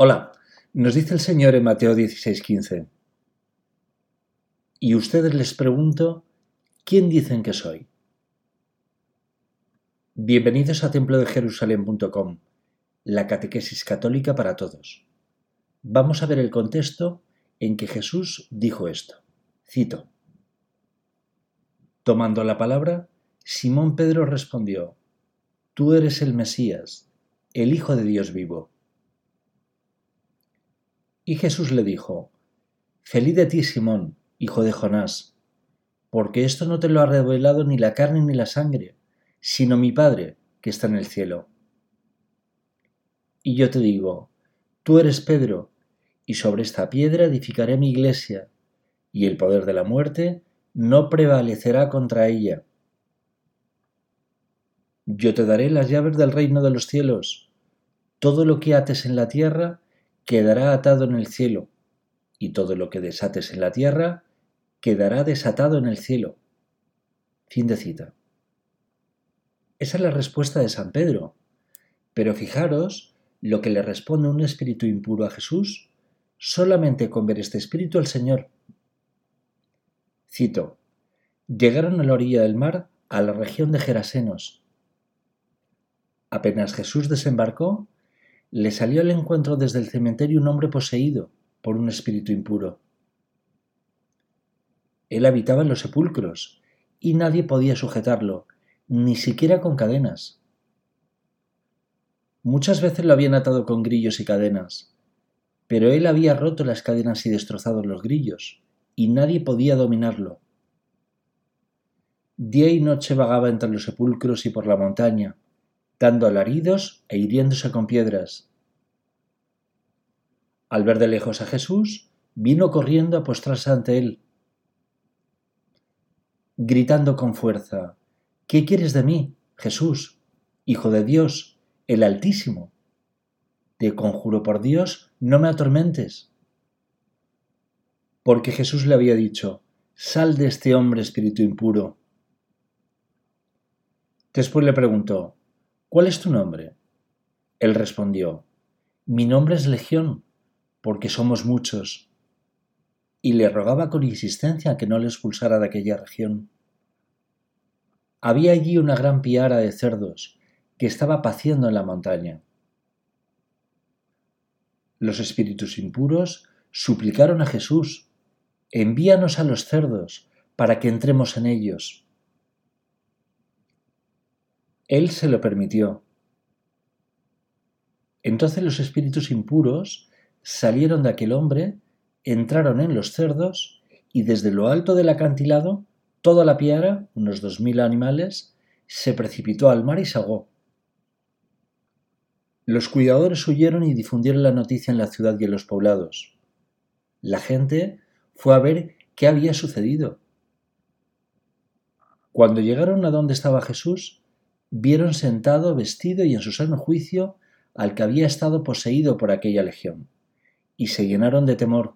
Hola, nos dice el Señor en Mateo 16:15. Y ustedes les pregunto, ¿quién dicen que soy? Bienvenidos a templodejerusalem.com, la catequesis católica para todos. Vamos a ver el contexto en que Jesús dijo esto. Cito. Tomando la palabra, Simón Pedro respondió, Tú eres el Mesías, el Hijo de Dios vivo. Y Jesús le dijo, Feliz de ti, Simón, hijo de Jonás, porque esto no te lo ha revelado ni la carne ni la sangre, sino mi Padre que está en el cielo. Y yo te digo, tú eres Pedro, y sobre esta piedra edificaré mi iglesia, y el poder de la muerte no prevalecerá contra ella. Yo te daré las llaves del reino de los cielos. Todo lo que ates en la tierra quedará atado en el cielo, y todo lo que desates en la tierra quedará desatado en el cielo. Fin de cita. Esa es la respuesta de San Pedro. Pero fijaros lo que le responde un espíritu impuro a Jesús solamente con ver este espíritu al Señor. Cito, llegaron a la orilla del mar a la región de Gerasenos. Apenas Jesús desembarcó, le salió al encuentro desde el cementerio un hombre poseído por un espíritu impuro. Él habitaba en los sepulcros y nadie podía sujetarlo, ni siquiera con cadenas. Muchas veces lo habían atado con grillos y cadenas, pero él había roto las cadenas y destrozado los grillos, y nadie podía dominarlo. Día y noche vagaba entre los sepulcros y por la montaña, dando alaridos e hiriéndose con piedras. Al ver de lejos a Jesús, vino corriendo a postrarse ante él, gritando con fuerza, ¿Qué quieres de mí, Jesús, Hijo de Dios, el Altísimo? Te conjuro por Dios, no me atormentes. Porque Jesús le había dicho, sal de este hombre espíritu impuro. Después le preguntó, ¿cuál es tu nombre? Él respondió, mi nombre es Legión, porque somos muchos. Y le rogaba con insistencia que no le expulsara de aquella región. Había allí una gran piara de cerdos que estaba paciendo en la montaña. Los espíritus impuros suplicaron a Jesús, envíanos a los cerdos para que entremos en ellos. Él se lo permitió. Entonces los espíritus impuros salieron de aquel hombre, entraron en los cerdos y desde lo alto del acantilado, toda la piara, unos 2000 animales, se precipitó al mar y se ahogó. Los cuidadores huyeron y difundieron la noticia en la ciudad y en los poblados. La gente fue a ver qué había sucedido. Cuando llegaron a donde estaba Jesús, vieron sentado, vestido y en su sano juicio al que había estado poseído por aquella legión, y se llenaron de temor.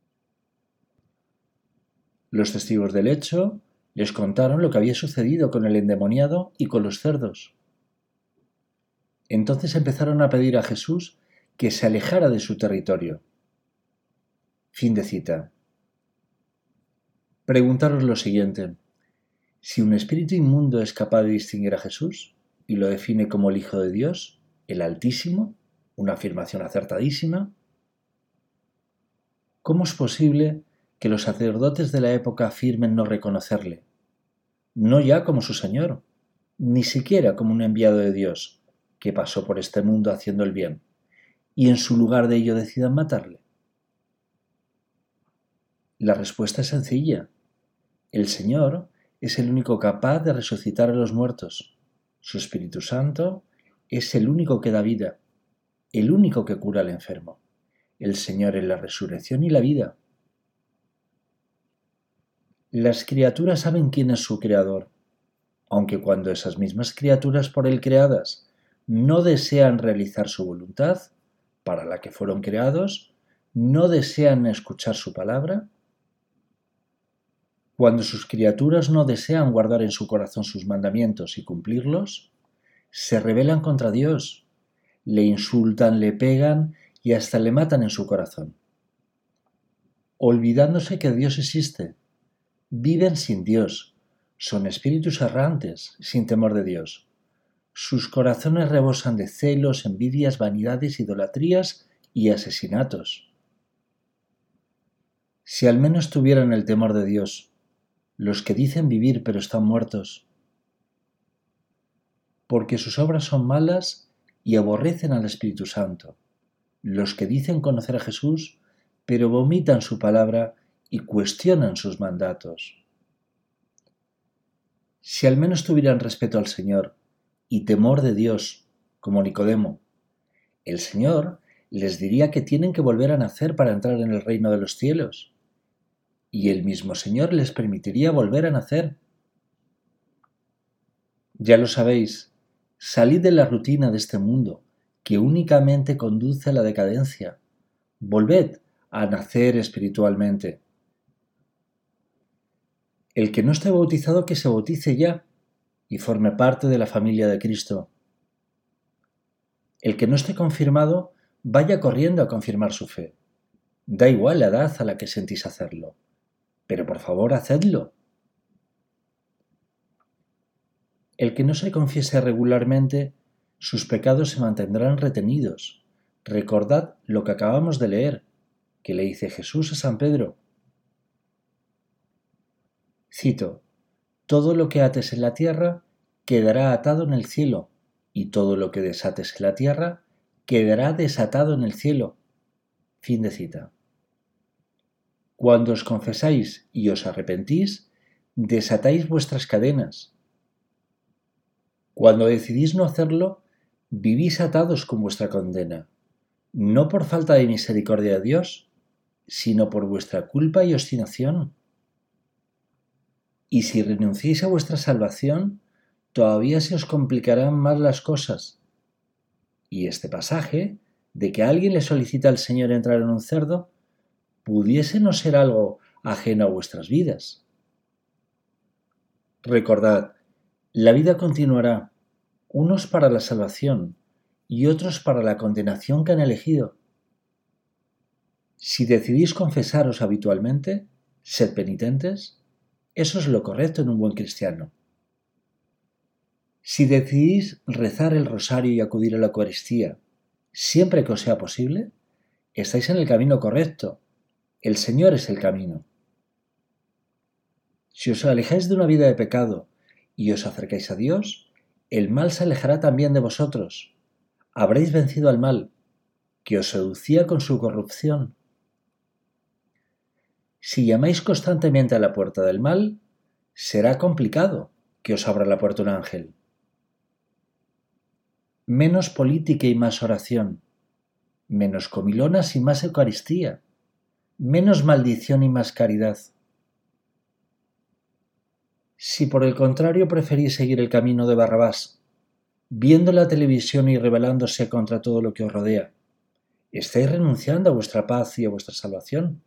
Los testigos del hecho les contaron lo que había sucedido con el endemoniado y con los cerdos. Entonces empezaron a pedir a Jesús que se alejara de su territorio. Fin de cita. Preguntaros lo siguiente. Si un espíritu inmundo es capaz de distinguir a Jesús y lo define como el Hijo de Dios, el Altísimo, una afirmación acertadísima, ¿cómo es posible que los sacerdotes de la época afirmen no reconocerle? No ya como su Señor, ni siquiera como un enviado de Dios que pasó por este mundo haciendo el bien, y en su lugar de ello decidan matarle. La respuesta es sencilla. El Señor es el único capaz de resucitar a los muertos. Su Espíritu Santo es el único que da vida, el único que cura al enfermo. El Señor es la resurrección y la vida. Las criaturas saben quién es su Creador, aunque cuando esas mismas criaturas por Él creadas no desean realizar su voluntad, para la que fueron creados, no desean escuchar su palabra, cuando sus criaturas no desean guardar en su corazón sus mandamientos y cumplirlos, se rebelan contra Dios, le insultan, le pegan y hasta le matan en su corazón. Olvidándose que Dios existe, viven sin Dios, son espíritus errantes, sin temor de Dios. Sus corazones rebosan de celos, envidias, vanidades, idolatrías y asesinatos. Si al menos tuvieran el temor de Dios, los que dicen vivir pero están muertos, porque sus obras son malas y aborrecen al Espíritu Santo, los que dicen conocer a Jesús, pero vomitan su palabra y cuestionan sus mandatos. Si al menos tuvieran respeto al Señor y temor de Dios, como Nicodemo, el Señor les diría que tienen que volver a nacer para entrar en el reino de los cielos, y el mismo Señor les permitiría volver a nacer. Ya lo sabéis, salid de la rutina de este mundo, que únicamente conduce a la decadencia. Volved a nacer espiritualmente. El que no esté bautizado, que se bautice ya y forme parte de la familia de Cristo. El que no esté confirmado, vaya corriendo a confirmar su fe. Da igual la edad a la que sentís hacerlo, pero por favor hacedlo. El que no se confiese regularmente, sus pecados se mantendrán retenidos. Recordad lo que acabamos de leer, que le dice Jesús a San Pedro. Cito: todo lo que ates en la tierra quedará atado en el cielo, y todo lo que desates en la tierra quedará desatado en el cielo. Fin de cita. Cuando os confesáis y os arrepentís, desatáis vuestras cadenas. Cuando decidís no hacerlo, vivís atados con vuestra condena, no por falta de misericordia de Dios, sino por vuestra culpa y obstinación. Y si renunciáis a vuestra salvación, todavía se os complicarán más las cosas. Y este pasaje, de que alguien le solicita al Señor entrar en un cerdo, pudiese no ser algo ajeno a vuestras vidas. Recordad, la vida continuará, unos para la salvación y otros para la condenación que han elegido. Si decidís confesaros habitualmente, sed penitentes, eso es lo correcto en un buen cristiano. Si decidís rezar el rosario y acudir a la Eucaristía siempre que os sea posible, estáis en el camino correcto. El Señor es el camino. Si os alejáis de una vida de pecado y os acercáis a Dios, el mal se alejará también de vosotros. Habréis vencido al mal, que os seducía con su corrupción. Si llamáis constantemente a la puerta del mal, será complicado que os abra la puerta un ángel. Menos política y más oración, menos comilonas y más Eucaristía, menos maldición y más caridad. Si por el contrario preferís seguir el camino de Barrabás, viendo la televisión y rebelándose contra todo lo que os rodea, estáis renunciando a vuestra paz y a vuestra salvación.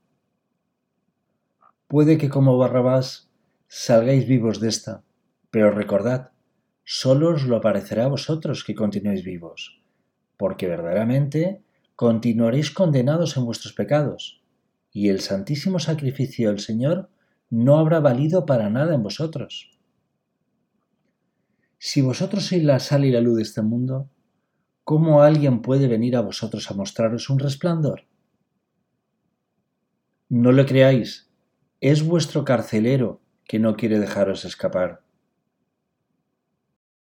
Puede que como Barrabás salgáis vivos de esta, pero recordad, solo os lo parecerá a vosotros que continuéis vivos, porque verdaderamente continuaréis condenados en vuestros pecados, y el santísimo sacrificio del Señor no habrá valido para nada en vosotros. Si vosotros sois la sal y la luz de este mundo, ¿cómo alguien puede venir a vosotros a mostraros un resplandor? No le creáis, es vuestro carcelero que no quiere dejaros escapar.